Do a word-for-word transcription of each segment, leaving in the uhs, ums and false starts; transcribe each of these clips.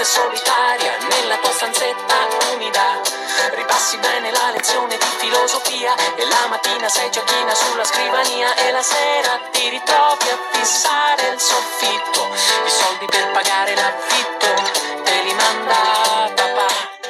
solitaria nella tua stanzetta umida. Ripassi bene la lezione di filosofia e la mattina sei giochina sulla scrivania e la sera ti ritrovi a fissare il soffitto. I soldi per pagare l'affitto te li manda papà。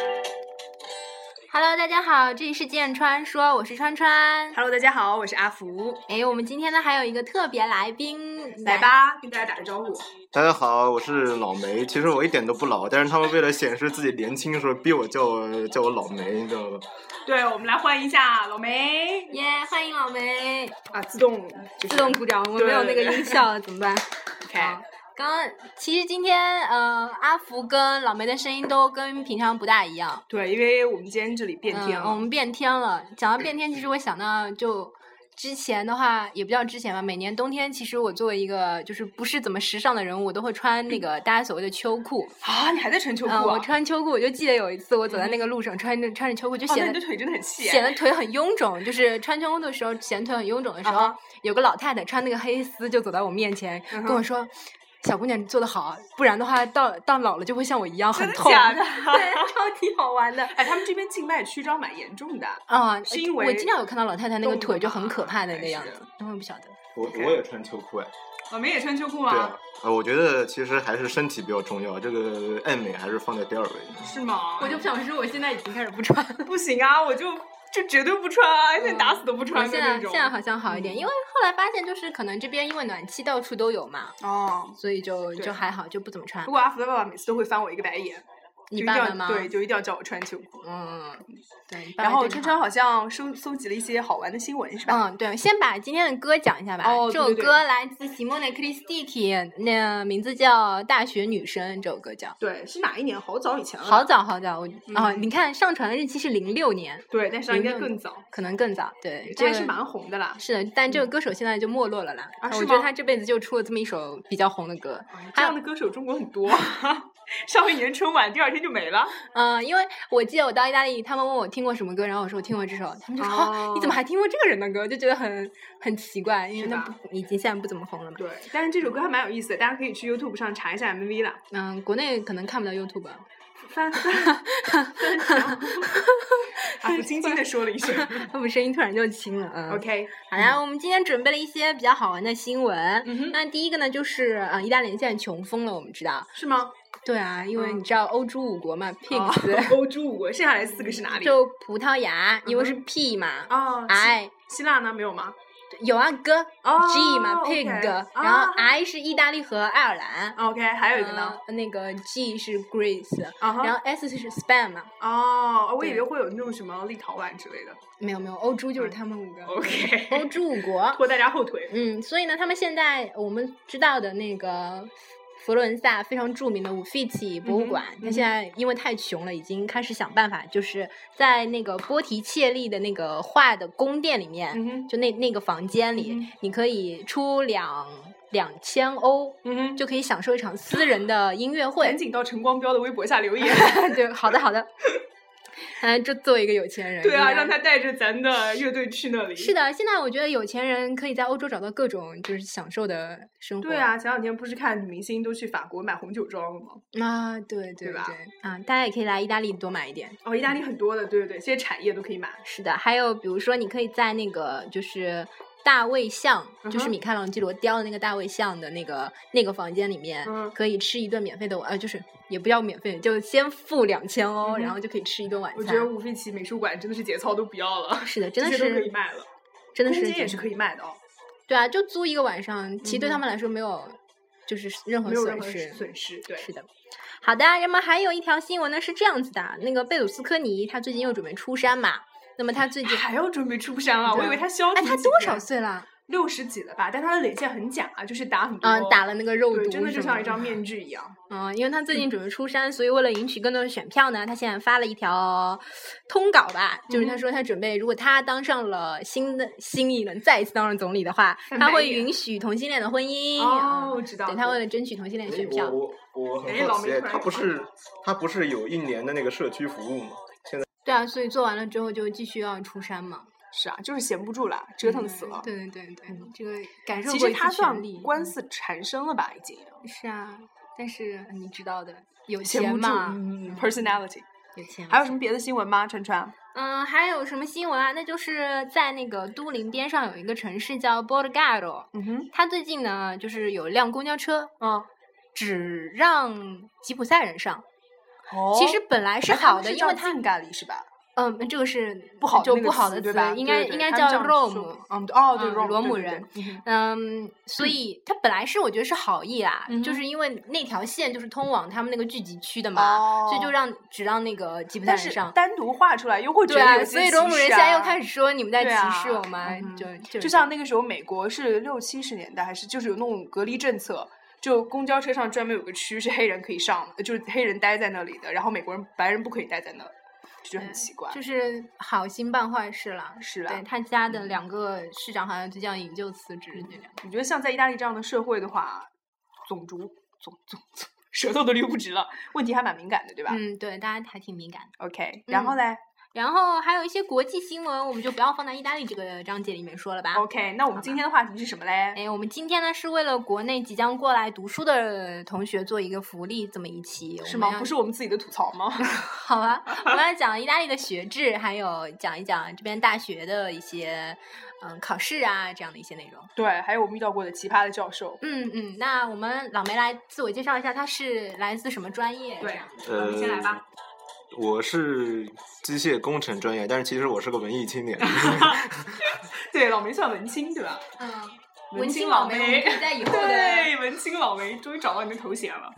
Hello， 大家好，这里是剑川说，我是川川。 Hello， 大家好，我是阿福。 哎，我们今天呢还有一个特别来宾， 来吧，跟大家打个招呼。 大家好，我是老梅。其实我一点都不老，但是他们为了显示自己年轻的时候，逼我叫我叫我老梅，你知道吗？ 对，我们来欢迎一下老梅。 耶、yeah, ，欢迎老梅啊！自动、就是、 自动鼓掌，我没有那个音效，怎么办 ？OK。 刚刚其实今天呃，阿福跟老梅的声音都跟平常不大一样。 对，因为我们今天这里变天了。 嗯、我们变天了。讲到变天，其实我想到就之前的话，也不叫之前吧。每年冬天，其实我作为一个就是不是怎么时尚的人物，我都会穿那个大家所谓的秋裤。 啊，你还在穿秋裤啊？ 嗯、我穿秋裤，我就记得有一次我走在那个路上，穿着穿着秋裤，就显得、 哦、你的腿真的很细， 显得腿很臃肿。就是穿秋裤的时候，显得腿很臃肿的时候，uh-huh. 有个老太太穿那个黑丝就走到我面前， uh-huh. 跟我说。小姑娘，你做得好，不然的话，到到老了就会像我一样很痛。 真的假的？ 对，超级好玩的。 哎，他们这边静脉曲张蛮严重的啊、 嗯，是因为我经常有看到老太太那个腿就很可怕的那个样子，因为我不晓得。 我我也穿秋裤哎。 我们也穿秋裤吗？ 对啊，呃，我觉得其实还是身体比较重要，这个爱美还是放在第二位。 是吗？ 我就不想说，我现在已经开始不穿。 不行啊，我就。就绝对不穿啊！现在打死都不穿、 嗯、现在现在好像好一点、嗯，因为后来发现就是可能这边因为暖气到处都有嘛， 哦， 所以就就还好，就不怎么穿。 不过阿福的爸爸每次都会翻我一个白眼。 你爸爸吗？ 对，就一定要叫我穿秋裤。 嗯，对。 然后川川好像收搜集了一些好玩的新闻，是吧？ 嗯，对。先把今天的歌讲一下吧。 哦， 这首歌来自 Simone Cristichi， 那名字叫《大学女生》。这首歌叫。 对，是哪一年？好早以前了。 好早好早，我、 嗯、 哦，你看上传的日期是零六年。 对，但是应该更早， 可能更早。对， 这个是蛮红的啦。 是的，但这个歌手现在就没落了啦。 啊， 我觉得他这辈子就出了这么一首比较红的歌。 啊、这样的歌手中国很多。上一年春晚第二天就没了。 嗯，因为我记得我到意大利，他们问我听过什么歌，然后我说我听过这首，他们就说、 哦、 你怎么还听过这个人的歌？就觉得很很奇怪，因为他已经现在不怎么红了嘛。 对，但是这首歌还蛮有意思的，大家可以去 YouTube 上查一下 M V 啦。 嗯，国内可能看不到 YouTube。 翻翻翻！阿福轻轻的说了一声， 他们声音突然就轻了。嗯 ，OK， 好啦、嗯，我们今天准备了一些比较好玩的新闻。 嗯、 那第一个呢，就是呃，意大利人现在穷疯了，我们知道是吗？ 对啊，因为你知道欧洲五国嘛、嗯、，Pigs， 欧洲五国，剩下来四个是哪里？ 就葡萄牙，因为是 P 嘛， 啊、嗯、 ，I， 希腊呢没有吗？ 有啊，哥、 哦、 G 嘛 ，Pig，、 okay, 然后 I 是意大利和爱尔兰 ，OK， 还有一个呢， 呃、那个 G 是 Greece，、 uh-huh. 然后 S 是 Spain 嘛。 哦，我以为会有那种什么立陶宛之类的。 没有没有，欧洲就是他们五个。 OK， 欧洲五国拖大家后腿。 嗯，所以呢，他们现在我们知道的那个。佛罗伦萨非常著名的乌菲齐博物馆，他、嗯、现在因为太穷了，已经开始想办法，就是在那个波提切利的那个画的宫殿里面， 嗯、 就那那个房间里， 嗯、 你可以出两两千欧， 嗯， 就可以享受一场私人的音乐会。 赶紧到陈光标的微博下留言。 对，好的好的。嗯，就作为一个有钱人， 对啊，让他带着咱的乐队去那里。 是的，现在我觉得有钱人可以在欧洲找到各种就是享受的生活。 对啊，前两天不是看女明星都去法国买红酒庄了吗？ 啊，对对对吧？ 啊，大家也可以来意大利多买一点。 哦，意大利很多的，对对对，这些产业都可以买。 是的，还有比如说，你可以在那个就是大卫像，嗯、就是米开朗基罗雕的那个大卫像的那个那个房间里面， 嗯、 可以吃一顿免费的，呃，就是也不要免费，就先付两千欧，嗯、然后就可以吃一顿晚餐。 我觉得乌菲齐美术馆真的是节操都不要了。 是的，真的是这些都可以卖了， 真的是空间也是可以卖的哦。 对啊，就租一个晚上，其实对他们来说没有。嗯就是任何损失， 损失对， 是的。好的，那么还有一条新闻呢是这样子的，那个贝鲁斯科尼他最近又准备出山嘛，那么他最近还要准备出山了，我以为他消停。 哎，他多少岁了？ 六十几了吧？但他的脸线很假，就是打很多， 嗯，打了那个肉毒， 真的就像一张面具一样。 嗯，因为他最近准备出山，嗯、所以为了赢取更多的选票呢，他现在发了一条通稿吧，就是他说他准备，如果他当上了新的新一轮再一次当上总理的话，他会允许同性恋的婚姻。 哦，我知道。 对，他为了争取同性恋选票。 我我我很好奇，他不是他不是有一年的那个社区服务吗？现在对啊，所以做完了之后就继续要出山嘛。 是啊，就是闲不住了，折腾死了。 嗯、对对对对，嗯、这个感受过一次权利。其实他算官司缠身了吧，已经。 是啊，但是你知道的， 有闲不住钱嘛， 嗯 ，personality。 有钱。 还有什么别的新闻吗？川川？ 嗯，还有什么新闻啊？那就是在那个都灵边上有一个城市叫 Borgaro， 嗯哼， 它最近呢就是有辆公交车， 嗯， 只让吉普赛人上。 哦其实本来是好的，因为它它禁咖喱是吧？ 嗯，这个是不好的那个就不好的词对吧？ 应该对对应该叫他们这样 Rome， 说嗯，哦，对嗯 Rome， 罗姆对对对人嗯哼嗯，所以它本来是我觉得是好意啦， 嗯哼就是因为那条线就是通往他们那个聚集区的嘛， 哦所以就让只让那个吉普赛但是人上。 单独画出来又会觉对啊， 得有些所以罗姆人歧视啊现在又开始说你们在对啊歧视我们， 嗯就就就像那个时候美国是六七十年代还是就是有那种隔离政策，就公交车上专门有个区是黑人可以上，就是黑人待在那里的，然后美国人白人不可以待在那，就觉得很奇怪。 就是好心办坏事了。 是啦对他家的两个市长好像就这样引咎辞职，这样。 我觉得像在意大利这样的社会的话，种族种种种舌头都溜不直了，问题还蛮敏感的，对吧？ 嗯，对，大家还挺敏感的。 OK，然后嘞、 然后还有一些国际新闻，我们就不要放在意大利这个章节里面说了吧。 OK，那我们今天的话题是什么嘞？ 哎，我们今天呢是为了国内即将过来读书的同学做一个福利，这么一期是吗？不是， 是我们自己的吐槽吗？ 好吧，我们要讲意大利的学制，还有讲一讲这边大学的一些嗯考试啊这样的一些内容。 对，还有我们遇到过的奇葩的教授。 嗯嗯，那我们老梅来自我介绍一下，他是来自什么专业？ 对这样， 我们先来吧。 我是机械工程专业，但是其实我是个文艺青年。 对，老梅算文青对吧？ 嗯， 文文青老梅， 青老梅我们可以在以后的对，文青老梅终于找到你的头衔了。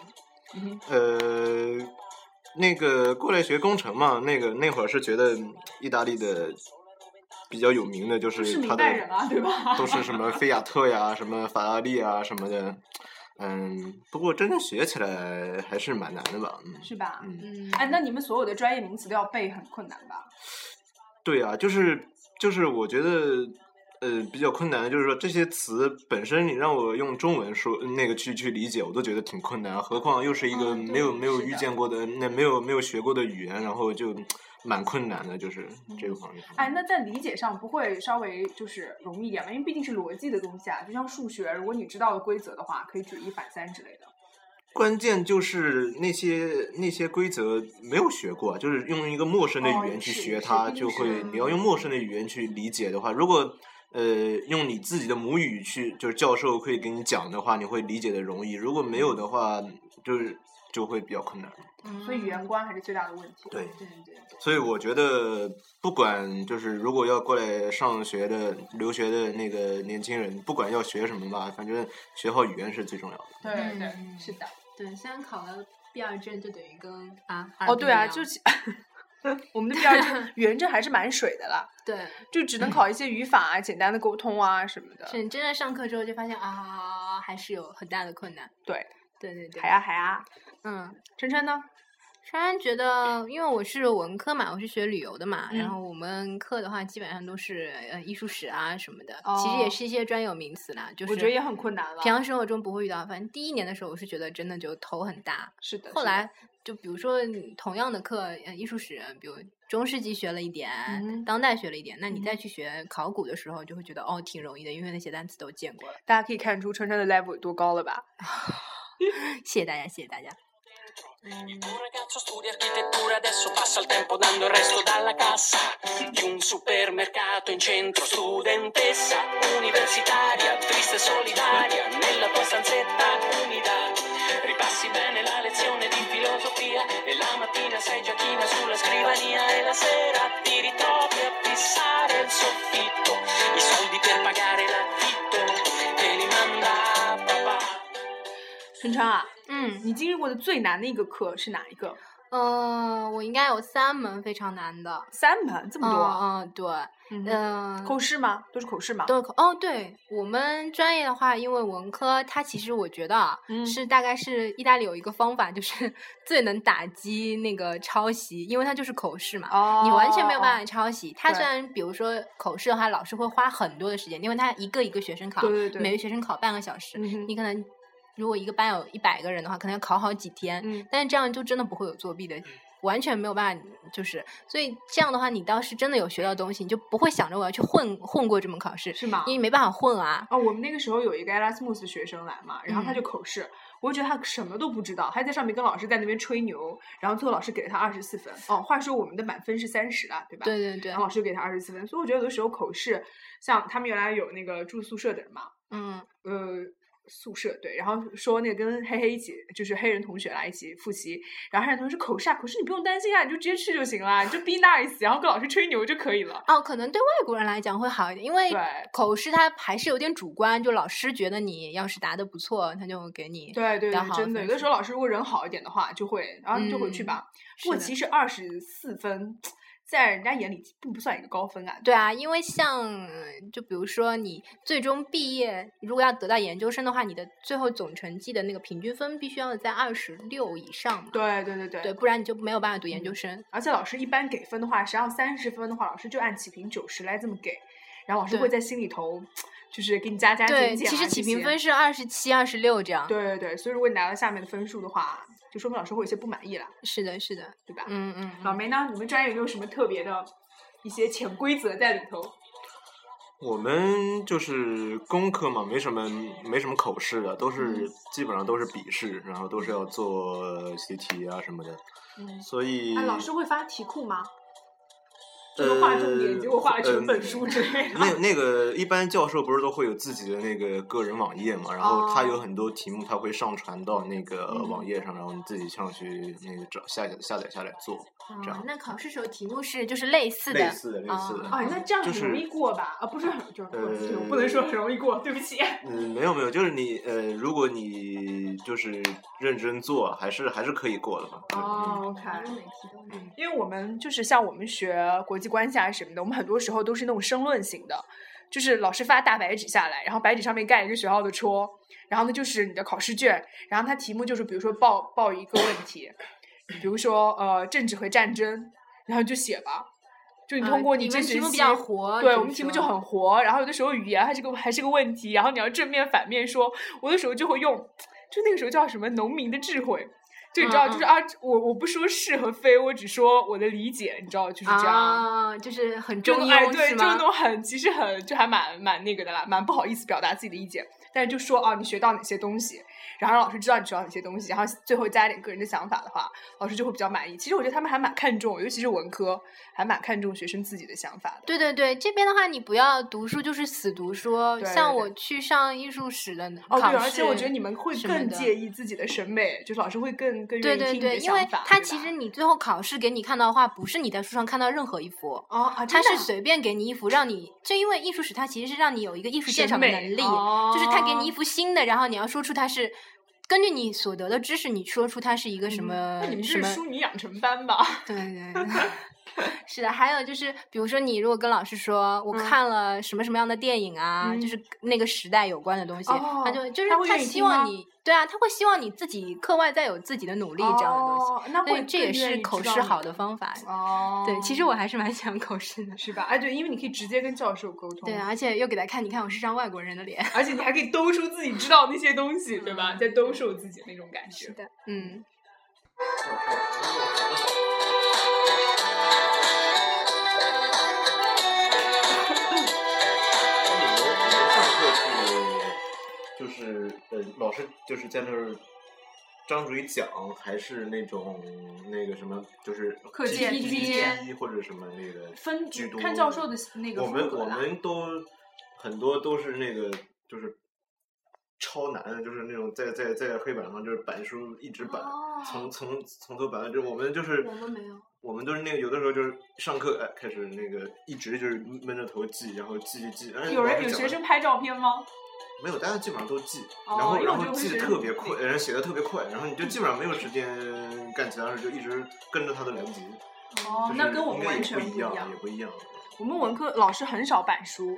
呃，那个过来学工程嘛，那个那会儿是觉得意大利的比较有名的就是是明它的白人啊，对吧？ 都是什么菲亚特呀、什么法拉利啊什么的。嗯，不过真正学起来还是蛮难的吧？嗯， 是吧？ 嗯， 哎，那你们所有的专业名词都要背，很困难吧？ 对啊，就是就是我觉得。呃，比较困难的就是说这些词本身，你让我用中文说那个去去理解，我都觉得挺困难，何况又是一个嗯对没有、没有是的遇见过的，那没有没有学过的语言，然后就蛮困难的，就是这个方面。 哎，那在理解上不会稍微就是容易一点吗？因为毕竟是逻辑的东西啊，就像数学，如果你知道了规则的话，可以举一反三之类的。 关键就是那些那些规则没有学过，就是用一个陌生的语言去学它， 哦是就会是你要用陌生的语言去理解的话，如果呃用你自己的母语去，就是教授可以给你讲的话，你会理解的容易；如果没有的话，就是就会比较困难。 所以语言观还是最大的问题。 对对对对。 所以我觉得，不管就是如果要过来上学的、留学的那个年轻人，不管要学什么吧，反正学好语言是最重要的。 对对， 嗯是的。 对，虽然考了 B 二证，就等于跟啊哦，对啊， 二 B 一样就其我们的 B 二证语言证还是蛮水的啦， 对， 就只能考一些语法啊、简单的沟通啊什么的。 是你真的上课之后就发现啊，还是有很大的困难。 对， 对对对， 还啊还啊。 嗯， 琛琛呢？ 珊珊觉得，因为我是文科嘛，我是学旅游的嘛， 嗯然后我们课的话基本上都是呃艺术史啊什么的， 哦其实也是一些专有名词啦，就是我觉得也很困难了。 平常生活中不会遇到。反正第一年的时候，我是觉得真的就头很大。 是的。 后来就比如说同样的课，呃，艺术史，比如中世纪学了一点， 嗯当代学了一点，那你嗯再去学考古的时候，就会觉得哦挺容易的，因为那些单词都见过了。 大家可以看出琛琛的 level 有多高了吧？ 谢谢大家，谢谢大家。 Un ragazzo studia architettura, adesso passa il tempo dando il resto dalla cassa di un supermercato in centro, studentessa universitaria, triste e solitaria, nella tua stanzetta umida. Ripassi bene la lezione di filosofia e la mattina sei già china sulla scrivania e la sera ti ritrovi a fissare il soffitto, i soldi per pagare l'affitto te li manda papà. 琛琛啊， 嗯， 你经历过的最难的一个课是哪一个？ 呃，我应该有三门非常难的。 三门这么多？ 嗯嗯，对， 嗯哼嗯、 口试吗？都是口试吗？ 都是口哦，对我们专业的话，因为文科，它其实我觉得啊， 嗯是大概是意大利有一个方法，就是最能打击那个抄袭，因为它就是口试嘛， 哦你完全没有办法抄袭。它对虽然比如说口试的话，老师会花很多的时间，因为他一个一个学生考， 对对对每个学生考半个小时， 嗯哼你可能如果一个班有一百个人的话，可能要考好几天， 嗯但是这样就真的不会有作弊的完全没有办法，就是所以这样的话，你倒是真的有学到东西，你就不会想着我要去混混过这门考试， 是吗？ 因为没办法混啊。 哦，我们那个时候有一个 Erasmus 的学生来嘛，然后他就嗯口试，我就觉得他什么都不知道，他在上面跟老师在那边吹牛，然后最后老师给了他二十四分。哦，话说我们的满分是三十啊，对吧？ 对对对然后老师给他二十四分，所以我觉得有的时候口试，像他们原来有那个住宿舍的人嘛， 嗯。 呃。宿舍对，然后说那个跟黑黑一起，就是黑人同学来一起复习，然后黑人同学说口试啊，口试你不用担心啊，你就直接去就行了，你就 be nice，然后跟老师吹牛就可以了。 哦，可能对外国人来讲会好一点，因为对口试它还是有点主观，就老师觉得你要是答得不错，他就给你对对对， 比较好真的， 分数有的时候老师如果人好一点的话，就会，然后你就回去吧。不过是的其实二十四分，在人家眼里并不算一个高分啊。 对啊，因为像就比如说你最终毕业，如果要得到研究生的话，你的最后总成绩的那个平均分必须要在二十六以上嘛。 对对对对对，不然你就没有办法读研究生。 而且老师一般给分的话，实际上三十分的话，老师就按起评九十来这么给，然后老师对会在心里头就是给你加加对， 减减、啊。 其实起评这些分是二十七、二十六这样。 对对对，所以如果你拿到下面的分数的话，就说明老师会有些不满意了， 是的，是的， 对吧？ 嗯嗯。 老梅呢？你们专业有没有什么特别的一些潜规则在里头？ 我们就是工科嘛，没什么没什么口试的，都是、 嗯、 基本上都是笔试，然后都是要做习题啊什么的。 嗯， 所以、 啊、老师会发题库吗？这个划重点，结果画了全本书之类的。 那那个一般教授不是都会有自己的那个个人网页嘛，然后他有很多题目他会上传到那个网页上，然后你自己上去那个找下载下载下来做。 哦、 这样。 那考试时候题目是就是类似的， 类似的类似的。 哦，那这样很容易过吧？啊，不是很就是、 呃， 我不能说很容易过，对不起。 嗯，没有没有，就是你呃，如果你就是认真做，还是还是可以过的嘛。 哦 ，OK。因为我们就是像我们学国际关系啊什么的，我们很多时候都是那种申论型的，就是老师发大白纸下来，然后白纸上面盖一个学校的戳，然后呢就是你的考试卷，然后它题目就是比如说报报一个问题，比如说呃政治和战争，然后就写吧。就你通过你这学期、 呃、题目比较活， 对我们题目就很活，然后有的时候语言还是个还是个问题，然后你要正面反面说，我的时候就会用，就那个时候叫什么农民的智慧，就你知道， 嗯嗯就是啊，我我不说是和非，我只说我的理解，你知道，就是这样， 啊，就是很中庸， 哎，对， 是吗？ 就那种很其实很就还蛮蛮那个的啦，蛮不好意思表达自己的意见，但是就说啊，你学到哪些东西。然后让老师知道你学到哪些东西，然后最后加点个人的想法的话，老师就会比较满意。其实我觉得他们还蛮看重，尤其是文科，还蛮看重学生自己的想法的。 对对对，这边的话你不要读书就是死读书， 对对对像我去上艺术史的考试， 哦对，而且我觉得你们会更介意自己的审美，就是老师会更更愿意听你的想法。 对对对，因为他其实你最后考试给你看到的话，不是你在书上看到任何一幅， 哦啊， 他是随便给你一幅，让你就因为艺术史它其实是让你有一个艺术鉴赏的能力， 哦、 就是他给你一幅新的，然后你要说出它是。根据你所得的知识，你说出它是一个什么？ 嗯、那你们是书你养成班吧？ 对对对，是的。还有就是，比如说你如果跟老师说，我看了什么什么样的电影啊， 嗯、 就是那个时代有关的东西， 哦、 他就就是他希望你，对啊，他会希望你自己课外再有自己的努力这样的东西。 哦、那会这也是口试好的方法。 哦， 对，其实我还是蛮喜欢口试的， 是吧？哎，对，因为你可以直接跟教授沟通。 对，而且又给他看，你看我是张外国人的脸， 而且你还可以兜出自己知道那些东西，对吧？在兜售自己那种感觉。 是的，嗯。 就是呃，老师就是在那儿张嘴讲，还是那种那个什么，就是课件 P P T 或者什么那个分居多。 看教授的那个我们我们都很多都是那个就是超难的，就是那种在在在黑板上就是板书一直板， 哦、 从从从头板到这。我们就是我们没有。 我们都是那个，有的时候就是上课哎，开始那个一直就是闷着头记，然后记记记。 有人有学生拍照片吗？ 没有，大家基本上都记， 哦、 然后然后记得特别快， 人写的特别快，然后你就基本上没有时间干其他事，就一直跟着他的来不及。 哦，那跟我们完全不一样， 样， 也不一样。 我们文科老师很少板书，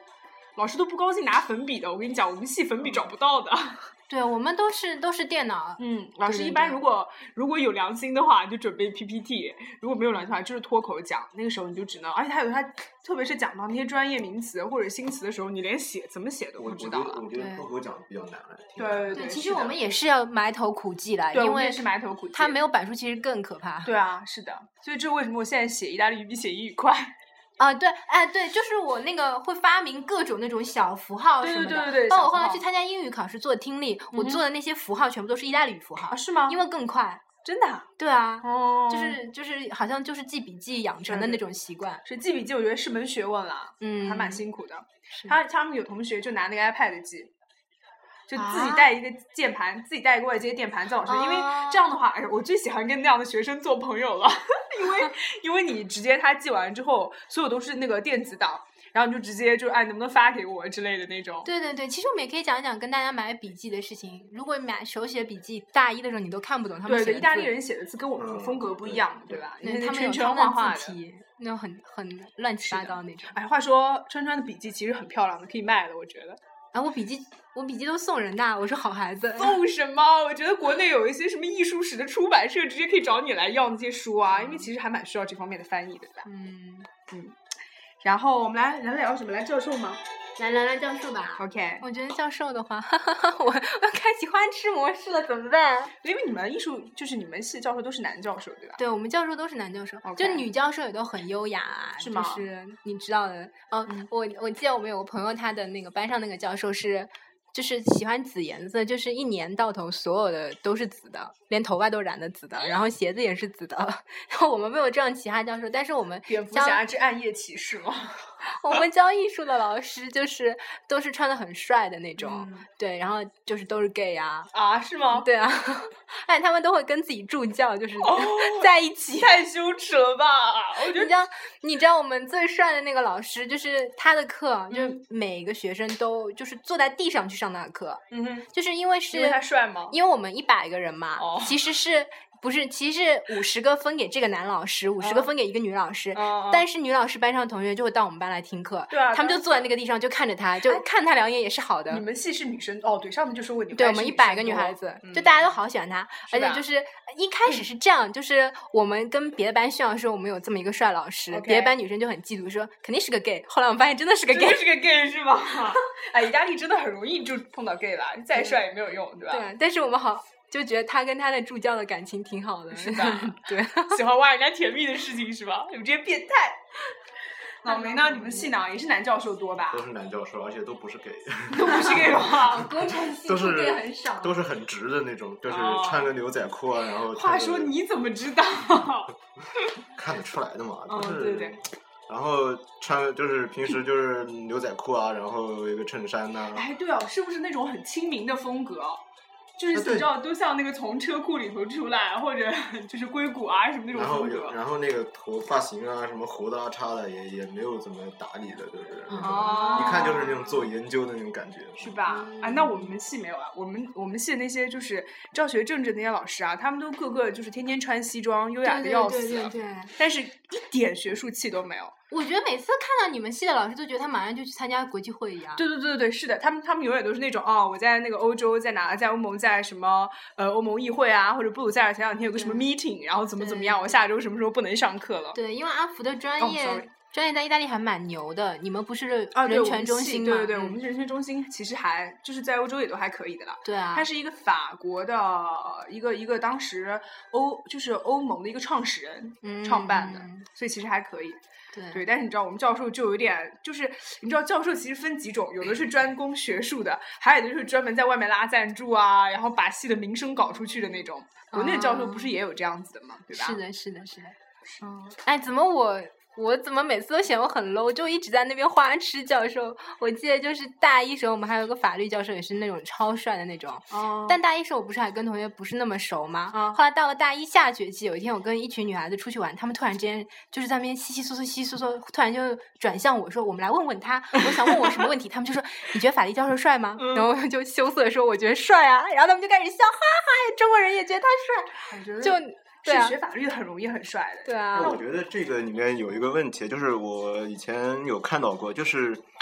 老师都不高兴拿粉笔的。我跟你讲，我们系粉笔找不到的。 对，我们都是都是电脑。 嗯，老师一般如果如果有良心的话，就准备 P P T； 如果没有良心的话，就是脱口讲。那个时候你就只能，而且他有他，特别是讲到那些专业名词或者新词的时候，你连写怎么写都不知道了。 我觉得脱口讲比较难了。 对对对，其实我们也是要埋头苦记来， 对， 因为是埋头苦记。 他没有板书，其实更可怕。 对啊，是的。所以这为什么我现在写意大利语比写英语快？ 啊，对，哎，对，就是我那个会发明各种那种小符号什么的， 对对对对， 包括我后来去参加英语考试做听力， 嗯、 我做的那些符号全部都是意大利语符号， 啊、是吗？ 因为更快， 真的、啊？ 对啊， 哦， 就是就是好像就是记笔记养成的那种习惯。 是记笔记，我觉得是门学问了， 嗯， 还蛮辛苦的。他他们有同学就拿那个 iPad 记。就自己啊、 带一个键盘，自己带一个外接垫盘在老师、啊，因为这样的话，哎，我最喜欢跟那样的学生做朋友了，因为因为你直接他记完之后，所有都是那个电子档，然后你就直接就哎能不能发给我之类的那种。 对对对，其实我们也可以讲一讲跟大家买笔记的事情。如果买手写笔记，大一的时候你都看不懂他们写的字。 对对，意大利人写的字跟我们风格不一样，嗯、对吧？ 对，他们有圈画画字体，那种很很乱七八糟那种。 哎，话说川川的笔记其实很漂亮的，可以卖的，我觉得。 啊，我笔记我笔记都送人的，我是好孩子。 送什么？我觉得国内有一些什么艺术史的出版社，直接可以找你来要那些书啊，因为其实还蛮需要这方面的翻译的，对吧？ 嗯嗯。然后我们来来聊什么？来教授吗？ 来聊聊教授吧。 OK。 我觉得教授的话，哈哈哈，我我要开启花痴模式了，怎么办？ 因为你们艺术就是你们系教授都是男教授，对吧？ 对，我们教授都是男教授， okay. 就女教授也都很优雅啊， 是吗？ 就是你知道的。哦，嗯、我我记得我们有个朋友，他的那个班上那个教授是。就是喜欢紫颜色，就是一年到头所有的都是紫的，连头发都染的紫的，然后鞋子也是紫的。然后我们没有这样其他教授，但是我们蝙蝠侠之暗夜骑士吗？ 我们教艺术的老师就是都是穿的很帅的那种， 嗯、 对，然后就是都是 gay 啊啊，是吗？ 对啊，而且他们都会跟自己助教就是、 哦、 在一起， 太羞耻了吧？我觉得你知道，你知道我们最帅的那个老师，就是他的课， 嗯、 就是每个学生都就是坐在地上去上他的课， 嗯哼， 就是因为是因为他帅吗？ 因为我们一百个人嘛， 哦、 其实是。不是，其实是五十个分给这个男老师，五十个分给一个女老师。 嗯、 但是女老师班上的同学就会到我们班来听课， 对啊， 他们就坐在那个地上就看着他，就看他两眼也是好的。 你们系是女生哦？对，上次就说过你对我们一百个女孩子， 嗯、 就大家都好喜欢他，而且就是一开始是这样，就是我们跟别的班炫耀说我们有这么一个帅老师， okay. 别的班女生就很嫉妒，说肯定是个 gay。后来我们发现真的是个 gay， 真的是个 gay 是吧？哎，意大利真的很容易就碰到 gay 了，再帅也没有用，对吧？ 对，但是我们好。就觉得他跟他的助教的感情挺好的， 是吧？ 对， 喜欢挖人家甜蜜的事情是吧？你们这些变态。老梅呢？你们系呢？也是男教授多吧？ 都是男教授，而且都不是 gay， 都不是 gay 吧？ 工程系都是 gay 很少， 都是很直的那种，就是穿个牛仔裤啊，然后。 话说你怎么知道？ 看得出来的嘛， 嗯， 就是、 对对。 然后穿就是平时就是牛仔裤啊，然后一个衬衫呐、啊。 哎，对哦，是不是那种很亲民的风格？就是你知道，都像那个从车库里头出来，或者就是硅谷啊什么那种风格。 然后，然后那个头发型啊，什么胡子啊、插的也也没有怎么打理的，就是那种、 哦、 一看就是那种做研究的那种感觉， 是吧？啊，那我们系没有啊，我们我们系的那些就是教学政治那些老师啊，他们都个个就是天天穿西装，优雅的要死， 对对对对， 但是一点学术气都没有。 我觉得每次看到你们系的老师，都觉得他马上就去参加国际会议啊。 对对对对，是的，他们他们永远都是那种哦，我在那个欧洲，在哪，在欧盟，在什么呃欧盟议会啊，或者布鲁塞尔前两天有个什么 meeting，然后怎么怎么样，我下周什么时候不能上课了。 对，因为阿福的专业、 哦、 专业在意大利还蛮牛的，你们不是人权中心吗？啊、对, 对对对， 嗯、 我们人权中心其实还就是在欧洲也都还可以的了。 对啊， 它是一个法国的一个一个当时欧就是欧盟的一个创始人、嗯、创办的，所以其实还可以。 对, 对，但是你知道我们教授就有点，就是你知道教授其实分几种，有的是专攻学术的，还有的就是专门在外面拉赞助啊，然后把系的名声搞出去的那种。国内的教授不是也有这样子的吗？对吧？ 是的，是的，是的。嗯，哎，怎么我我怎么每次都显我很 low， 就一直在那边花痴教授。我记得就是大一时候我们还有个法律教授，也是那种超帅的那种。 哦。 但大一时候我不是还跟同学不是那么熟吗？ 嗯。 后来到了大一下学期，有一天我跟一群女孩子出去玩，她们突然之间就是在那边稀稀疏疏、稀稀疏疏，突然就转向我说：“我们来问问他，我想问我什么问题。”他们就说：“你觉得法律教授帅吗？” 嗯、 然后就羞涩地说：“我觉得帅啊。”然后他们就开始笑，哈哈，中国人也觉得他帅，就。对啊， 是学法律很容易很帅的。 对啊， 我觉得这个里面有一个问题，就是我以前有看到过，就是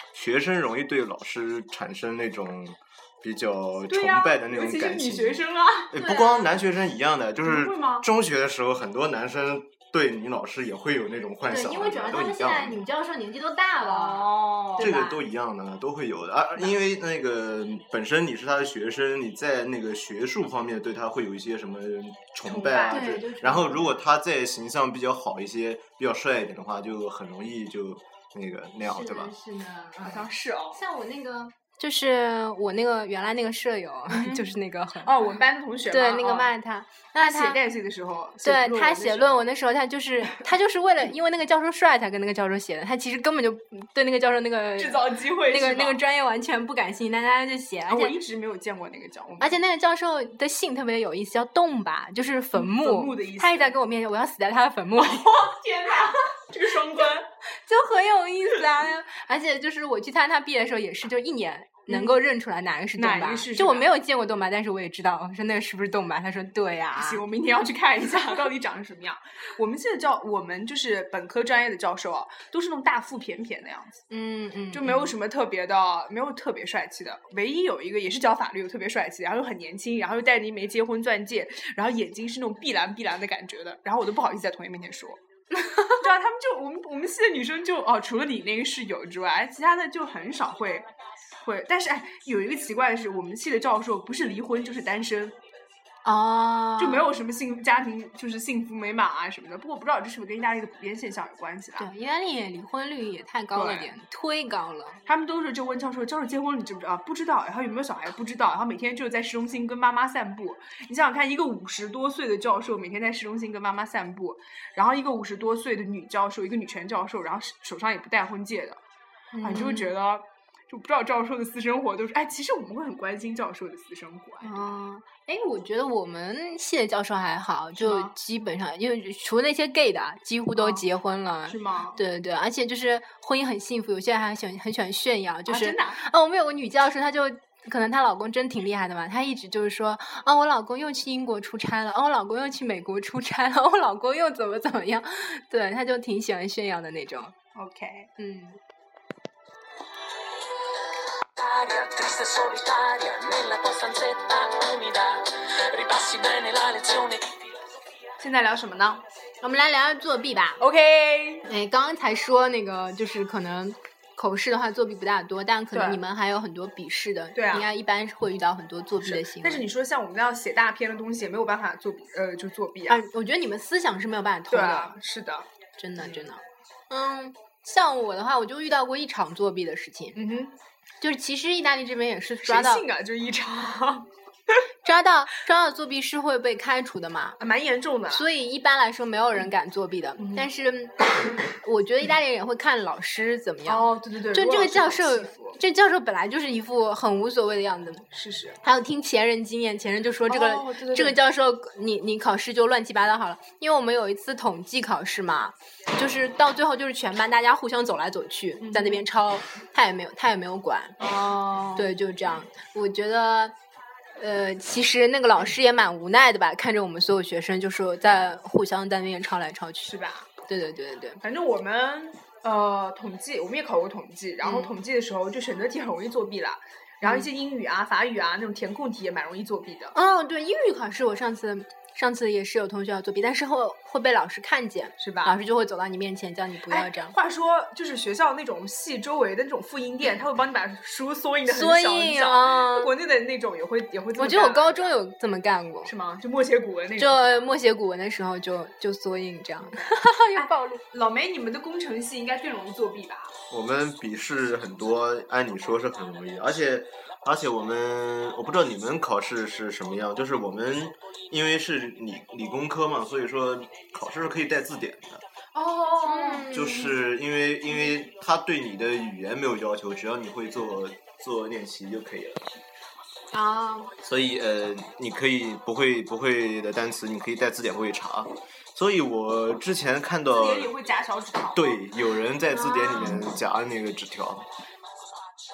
学生容易对老师产生那种比较崇拜的那种感情。 尤其是女学生啊， 呃不光男学生一样的，就是会吗中学的时候，很多男生对女老师也会有那种幻对， 想， 因为主要他们都一样的。 现在女教授年纪都大了， 哦， 对吧这个都一样的，都会有的。啊，因为那个本身你是他的学生，你在那个学术方面对他会有一些什么崇拜啊，这崇拜对就是然后如果他在形象比较好一些、比较帅一点的话，就很容易就那个那样， 是对吧的，？是的， 好像是哦。 像我那个，就是我那个原来那个舍友，就是那个很哦，我们班的同学嘛对那个哦骂他，那他写代系的时候， 对他写论文的的时候，他就是他就是为了因为那个教授帅才跟那个教授写的，他其实根本就对那个教授那个时候制造机会那个是吧那个专业完全不感兴趣，但他就写， 啊而且我一直没有见过那个教，我们而且那个教授的姓特别的有意思，叫洞吧，就是坟墓， 坟墓的意思他一直在跟我面前，我要死在他的坟墓里。 天哪，这个双关， 就很有意思啊！而且就是我去参加他毕业的时候，也是就一眼能够认出来哪个是洞吧。 哪一个是就我没有见过洞吧，但是我也知道，我说那个是不是洞吧？他说对呀、啊。 行，我明天要去看一下到底长成什么样。我们现在教我们就是本科专业的教授啊，都是那种大腹便便的样子， 嗯嗯， 就没有什么特别的，没有特别帅气的。唯一有一个也是教法律，有特别帅气，然后又很年轻，然后又戴着一枚结婚钻戒，然后眼睛是那种碧蓝碧蓝的感觉的，然后我都不好意思在同学面前说。你知道他们就我们我们系的女生就哦，除了你那个室友之外，其他的就很少会会。但是哎，有一个奇怪的是，我们系的教授不是离婚就是单身， 哦， 就没有什么幸家庭就是幸福美满啊什么的。不过不知道这是不是跟意大利的普遍现象有关系啦？ 对，意大利离婚率也太高了对点，忒高了。 他们都是就问教授，教授结婚了你知不知道？不知道。然后有没有小孩？不知道。然后每天就在市中心跟妈妈散步。你想想看，一个五十多岁的教授每天在市中心跟妈妈散步，然后一个五十多岁的女教授，一个女权教授，然后手上也不戴婚戒的，啊，你就会觉得就不知道教授的私生活都是哎，其实我们会很关心教授的私生活。哎哦，哎，我觉得我们系的教授还好，就吗基本上因为除了那些 gay 的，几乎都哦结婚了。 是吗？ 对对对，而且就是婚姻很幸福，有些人还喜欢很喜欢炫耀，就是啊真的啊啊，我们有个女教授，她就可能她老公真挺厉害的嘛，她一直就是说啊，我老公又去英国出差了，哦，我老公又去美国出差了，我老公又怎么怎么样，对，她就挺喜欢炫耀的那种， OK， 嗯。 Aria triste e solitaria nella tua stanzetta umida ripassi bene la lezione di filosofia 现在聊什么呢我们来聊聊作弊吧。 ？OK， 哎，刚刚才说那个，就是可能口试的话作弊不大多，但可能对你们还有很多笔试的， 对啊应该一般会遇到很多作弊的行为。 但是你说像我们要写大篇的东西，也没有办法作弊，呃，就作弊啊。 啊，我觉得你们思想是没有办法偷的， 对啊，是的， 真的真的。嗯，像我的话，我就遇到过一场作弊的事情， 嗯哼， 就是其实意大利这边也是谁抓到信啊？就一场， 抓到抓到作弊是会被开除的嘛。 蛮严重的啦。 所以一般来说没有人敢作弊的， 嗯但是我觉得意大利人也会看老师怎么样。 哦，对对对， 就这个教授如果老师好欺负， 这教授本来就是一副很无所谓的样子， 是是， 还有听前人经验，前人就说这个、 哦对对对这个教授，你你考试就乱七八糟好了。因为我们有一次统计考试嘛，就是到最后就是全班大家互相走来走去， 嗯在那边抄，他也没有他也没有管， 哦， 对，就这样。我觉得，呃，其实那个老师也蛮无奈的吧，看着我们所有学生就是在互相在那边抄来抄去， 是吧？ 对对对对对。 反正我们呃统计，我们也考过统计，然后嗯统计的时候就选择题很容易作弊啦，然后一些英语啊、法语啊那种填空题也蛮容易作弊的。 哦，对，英语考试我上次上次也是有同学要作弊，但是会会被老师看见， 是吧老师就会走到你面前叫你不要哎这样。 话说，就是学校那种系周围的那种复印店，他会帮你把书缩印的很小缩很小。 印啊！ 国内的那种也会也会这么干。 我觉得我高中有这么干过， 是吗？就默写古文那种。 就默写古文的时候就就缩印这样。又暴露。 老梅，你们的工程系应该更容易作弊吧？ 我们笔试很多，按理说是很容易，而且而且我们我不知道你们考试是什么样，就是我们因为是理理工科嘛，所以说考试是可以带字典的， 哦， 就是因为因为他对你的语言没有要求，只要你会做做练习就可以了。 啊， 所以呃，你可以不会不会的单词，你可以带字典会查。所以我之前看到， 字典里会夹小纸条。 对，有人在字典里面夹那个纸条。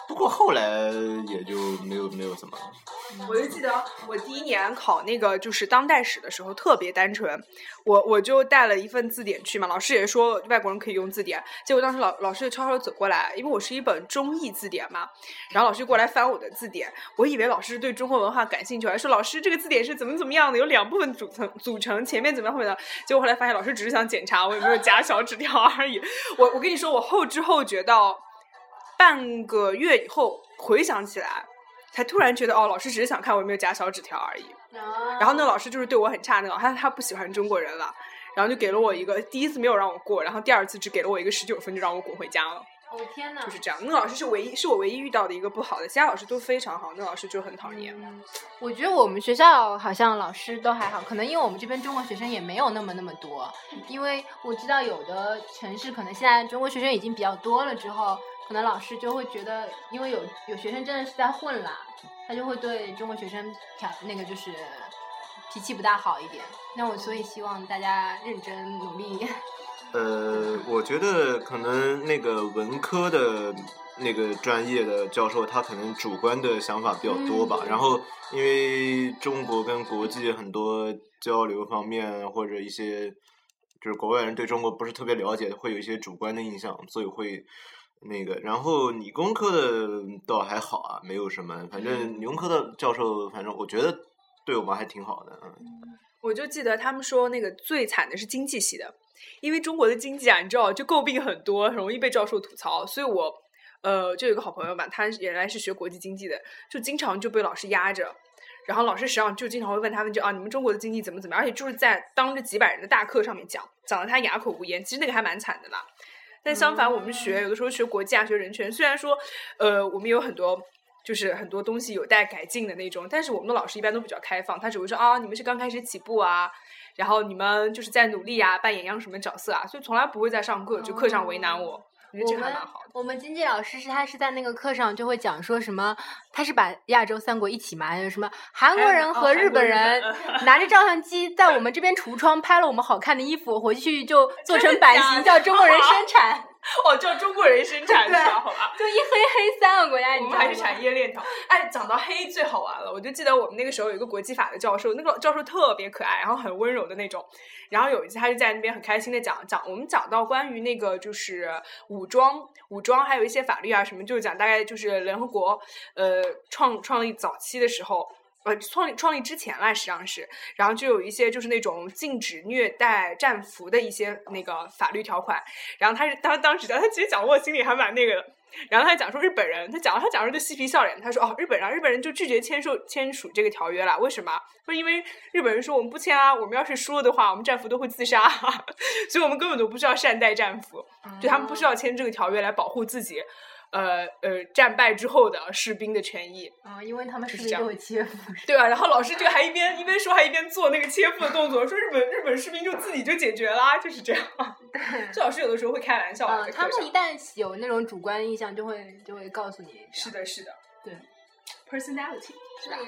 不过后来也就没有没有怎么。 我就记得我第一年考那个就是当代史的时候特别单纯，我我就带了一份字典去嘛，老师也说外国人可以用字典，结果当时老老师就悄悄走过来，因为我是一本中译字典嘛，然后老师就过来翻我的字典，我以为老师对中国文化感兴趣，还说老师这个字典是怎么怎么样的，有两部分组成组成，前面怎么样后面的，结果后来发现老师只是想检查我有没有夹小纸条而已。我我跟你说，我后知后觉到半个月以后回想起来。才突然觉得哦，老师只是想看我有没有夹小纸条而已。然后那个老师就是对我很差，那个他他不喜欢中国人了，然后就给了我一个第一次没有让我过，然后第二次只给了我一个十九分就让我滚回家了。 哦天哪！ 就是这样，那个老师是唯一是我唯一遇到的一个不好的，其他老师都非常好，那个老师就很讨厌。 嗯，我觉得我们学校好像老师都还好，可能因为我们这边中国学生也没有那么那么多，因为我知道有的城市可能现在中国学生已经比较多了之后。可能老师就会觉得，因为有有学生真的是在混啦，他就会对中国学生调那个就是脾气不大好一点。那我所以希望大家认真努力。 呃，我觉得可能那个文科的那个专业的教授，他可能主观的想法比较多吧。嗯、然后，因为中国跟国际很多交流方面或者一些就是国外人对中国不是特别了解，会有一些主观的印象，所以会。那个，然后理工科的倒还好啊，没有什么，反正理工科的教授，反正我觉得对我们还挺好的。嗯， 我就记得他们说那个最惨的是经济系的，因为中国的经济啊，你知道就诟病很多，很容易被教授吐槽，所以我呃就有个好朋友吧，他原来是学国际经济的，就经常就被老师压着。然后老师实际上就经常会问他们就啊，你们中国的经济怎么怎么样，而且就是在当着几百人的大课上面讲，讲得他哑口无言，其实那个还蛮惨的啦。但相反，我们学有的时候学国际啊，学人权，虽然说，呃，我们有很多就是很多东西有待改进的那种，但是我们的老师一般都比较开放，他只会说啊，你们是刚开始起步啊，然后你们就是在努力啊，扮演样什么角色啊，所以从来不会在上课就课上为难我。我觉得这个还蛮好的。 我们经济老师是他是在那个课上就会讲说什么，他是把亚洲三国一起嘛，还有什么韩国人和日本人拿着照相机在我们这边橱窗拍了我们好看的衣服，回去就做成版型叫中国人生产。 哦，叫中国人生产是吧？好吧， 就一黑黑三个国家， 我们还是产业链条。哎，讲到黑最好玩了，我就记得我们那个时候有一个国际法的教授，那个教授特别可爱，然后很温柔的那种。然后有一次他就在那边很开心的讲讲，我们讲到关于那个就是武装、武装还有一些法律啊什么，就讲大概就是联合国呃创创立早期的时候。呃，创立创立之前啦，实际上是，然后就有一些就是那种禁止虐待战俘的一些那个法律条款，然后他是他当时讲，他其实讲我心里还蛮那个的，然后他讲说日本人，他讲他讲说就嬉皮笑脸，他说哦日本人日本人就拒绝签署签署这个条约了，为什么？说因为日本人说我们不签啊，我们要是输了的话，我们战俘都会自杀，所以我们根本都不需要善待战俘，就他们不需要签这个条约来保护自己。呃呃，战败之后的士兵的权益啊、嗯，因为他们士兵就会切腹， 对吧？然后老师这个还一边一边说，还一边做那个切腹的动作，说日本日本士兵就自己就解决啦，就是这样。这老师有的时候会开玩笑、 嗯，他们一旦有那种主观印象，就会就会告诉你。 是的，是的， 对 ，personality 是吧？ 对呀。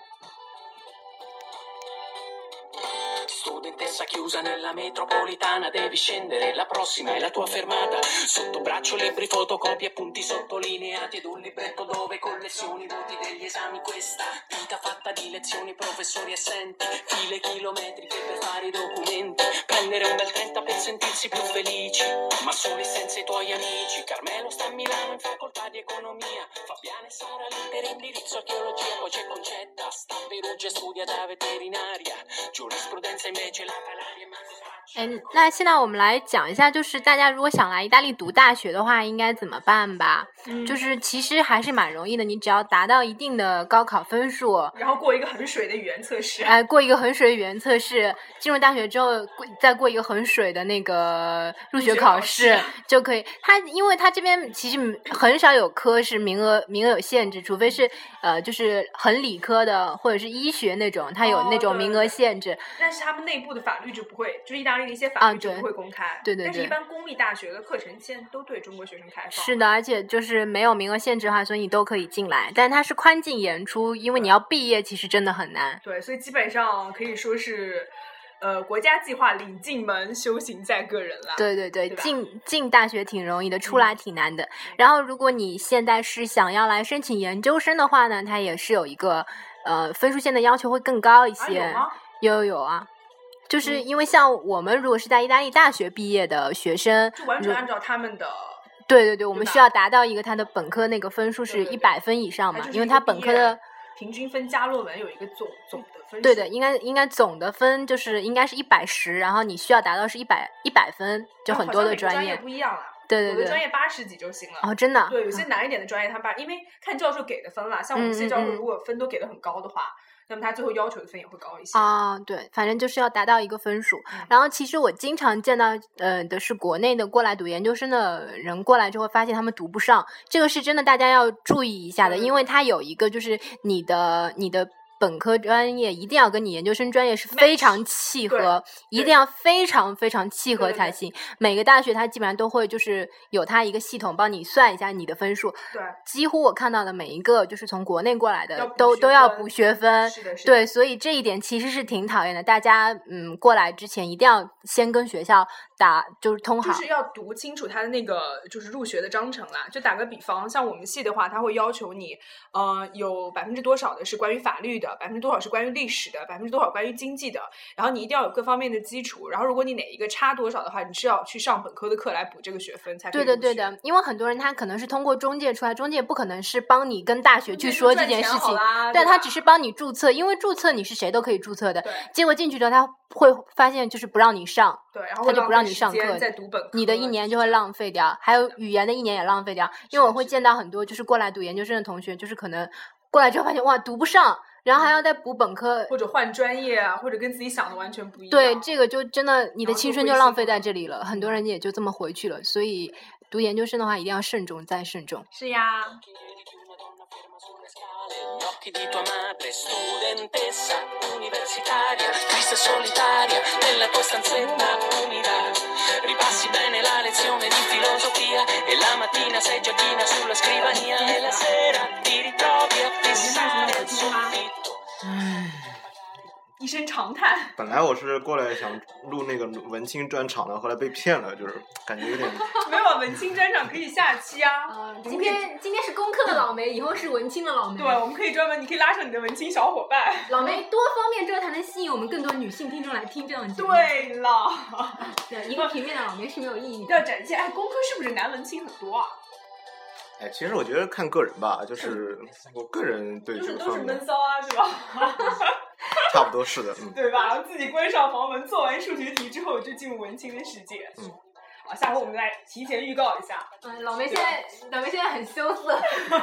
Studentessa chiusa nella metropolitana, devi scendere, la prossima è la tua fermata. Sotto braccio libri, fotocopie, appunti sottolineati ed un libretto dove collezioni voti degli esami. Questa vita fatta di lezioni, professori assenti, file chilometriche per fare i documenti. Prendere un bel trenta per sentirsi più felici, ma soli senza i tuoi amici. Carmelo sta a Milano in facoltà di economia, Fabiana e Sara lì per indirizzo archeologia. Poi c'è Concetta, sta a Perugia, studia da veterinaria, giurisprudenza invece la Calaria e Mato. 哎，那现在我们来讲一下，就是大家如果想来意大利读大学的话，应该怎么办吧？嗯、就是其实还是蛮容易的，你只要达到一定的高考分数， 然后过一个很水的语言测试， 哎、呃，过一个很水的语言测试，进入大学之后，再过一个很水的那个入学考试就可以。它因为它这边其实很少有科是名额名额有限制，除非是呃就是很理科的或者是医学那种，它有那种名额限制。哦、 对对对，但是他们内部的法律就不会，就是意大利的一些法律就不会公开。啊、 对, 对对对。 但是一般公立大学的课程现在都对中国学生开放。 是的，而且就是没有名额限制的话，所以你都可以进来。但它是宽进严出，因为你要毕业其实真的很难。 对，所以基本上可以说是。 呃国家计划领进门，修行在个人了。 对对对， 对进进大学挺容易的，出来挺难的。嗯、然后如果你现在是想要来申请研究生的话呢，它也是有一个呃分数线的要求会更高一些。 啊、有吗？ 有有有啊。就是因为像我们如果是在意大利大学毕业的学生， 就完全按照他们的。 对对对，我们需要达到一个他的本科那个分数是一百分以上嘛， 对对对， 因为他本科的平均分加论文有一个总总的分数。 对的，应该应该总的分就是应该是一百十，然后你需要达到是一百一百分，就很多的专业。 专业不一样了。 对对对， 有的专业八十几就行了。 哦，真的。 对，有些难一点的专业他八，因为看教授给的分啦，像我们些教授如果分都给的很高的话。嗯嗯嗯那么他最后要求的分也会高一些啊，对，反正就是要达到一个分数。嗯、然后其实我经常见到，呃，的是国内的过来读研究生的人过来之后，发现他们读不上，这个是真的，大家要注意一下的，因为它有一个就是你的你的。本科专业一定要跟你研究生专业是非常契合，一定要非常非常契合才行。每个大学它基本上都会就是有它一个系统帮你算一下你的分数。 对， 几乎我看到的每一个就是从国内过来的都都要补学分。 是的，是的。 对，所以这一点其实是挺讨厌的。大家嗯过来之前一定要先跟学校打就是通好， 就是要读清楚它的那个就是入学的章程啦。就打个比方，像我们系的话，它会要求你呃有百分之多少的是关于法律的。百分之多少是关于历史的，百分之多少关于经济的，然后你一定要有各方面的基础，然后如果你哪一个差多少的话，你是要去上本科的课来补这个学分才可以。 对的对的，因为很多人他可能是通过中介出来，中介不可能是帮你跟大学去说这件事情， 对， 他只是帮你注册，因为注册你是谁都可以注册的， 对， 结果进去之后他会发现就是不让你上， 对，然后他就不让你上课， 再读本科， 你的一年就会浪费掉，还有语言的一年也浪费掉，因为我会见到很多就是过来读研究生的同学，就是可能过来之后发现哇读不上。然后还要再补本科， 或者换专业啊，或者跟自己想的完全不一样。 对，这个就真的你的青春就浪费在这里了，很多人也就这么回去了。所以读研究生的话，一定要慎重再慎重。 是呀。 Gli occhi di tua madre, studentessa universitaria, triste e solitaria, nella tua stanzetta umida. Ripassi bene la lezione di filosofia e la mattina sei già china sulla scrivania e la sera ti ritrovi a fissare il soffitto. 一声长叹。 本来我是过来想录那个文青专场的，后来被骗了，就是感觉有点。 没有文青专场可以下期啊。 呃、今天今天是工科的老梅，以后是文青的老梅。 对，我们可以专门，你可以拉上你的文青小伙伴。 老梅多方面之后才能吸引我们更多女性听众来听这样节目。 对了， 对，一个平面的老梅是没有意义的。 要展现，哎，工科是不是男文青很多啊？ 哎，其实我觉得看个人吧，就是我个人对这个方面就是都是闷骚啊，对吧？ 差不多是的，嗯， 对吧？自己关上房门，做完数学题之后就进入文青的世界。 嗯， 好，下回我们来提前预告一下。 嗯，老梅现在，老梅现在很羞涩。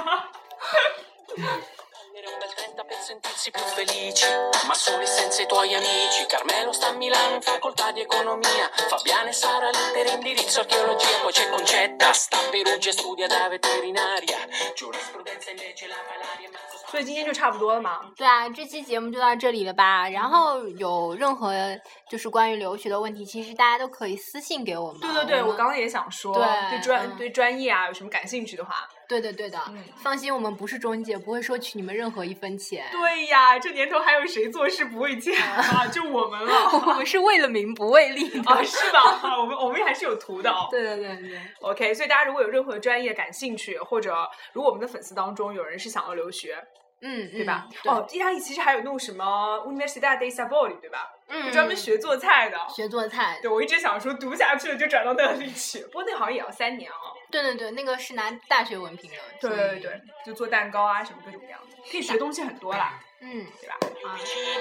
Un bel trenta per sentirsi più felici, ma soli senza i tuoi amici. Carmelo sta a Milano in facoltà di economia, Fabiana e Sara lettere indirizzo archeologia, poi c'è Concetta sta a Perugia e studia da veterinaria, giurisprudenza invece la malaria e mezzo. 所以今天就差不多了嘛。 对啊，这期节目就到这里了吧。然后有任何就是关于留学的问题，其实大家都可以私信给我们。 对对对，我刚刚也想说， 对对专、 嗯、 对专业啊有什么感兴趣的话。 对的对的、 嗯， 放心，我们不是中介，不会收取你们任何一分钱。 对呀，这年头还有谁做事不为钱啊？就我们了。 我们是为了名不为利的啊，是吧？我们我们还是有图的哦。 对对对对。 OK， 所以大家如果有任何专业感兴趣，或者如果我们的粉丝当中有人是想要留学。 嗯， 对吧？ 嗯、对哦，意大利其实还有那种什么 Università dei Sapori， 对吧？ 嗯， 就专门学做菜的。 学做菜。 对，我一直想说读下去了就转到那里去，不过那好像也要三年啊。 对对对，那个是拿大学文凭的。 对对对对，就做蛋糕啊什么各种各样的，可以学东西很多啦。 嗯， 对吧？啊。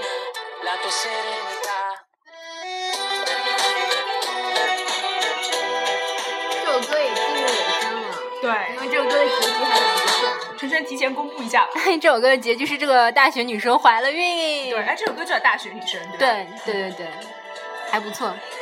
这首歌也进入尾声了。 对， 因为这首歌的结局还蛮不错。 晨晨提前公布一下吧。 这首歌的结局是这个大学女生怀了孕。 对，哎，这首歌叫《大学女生》， 对对对对对，还不错。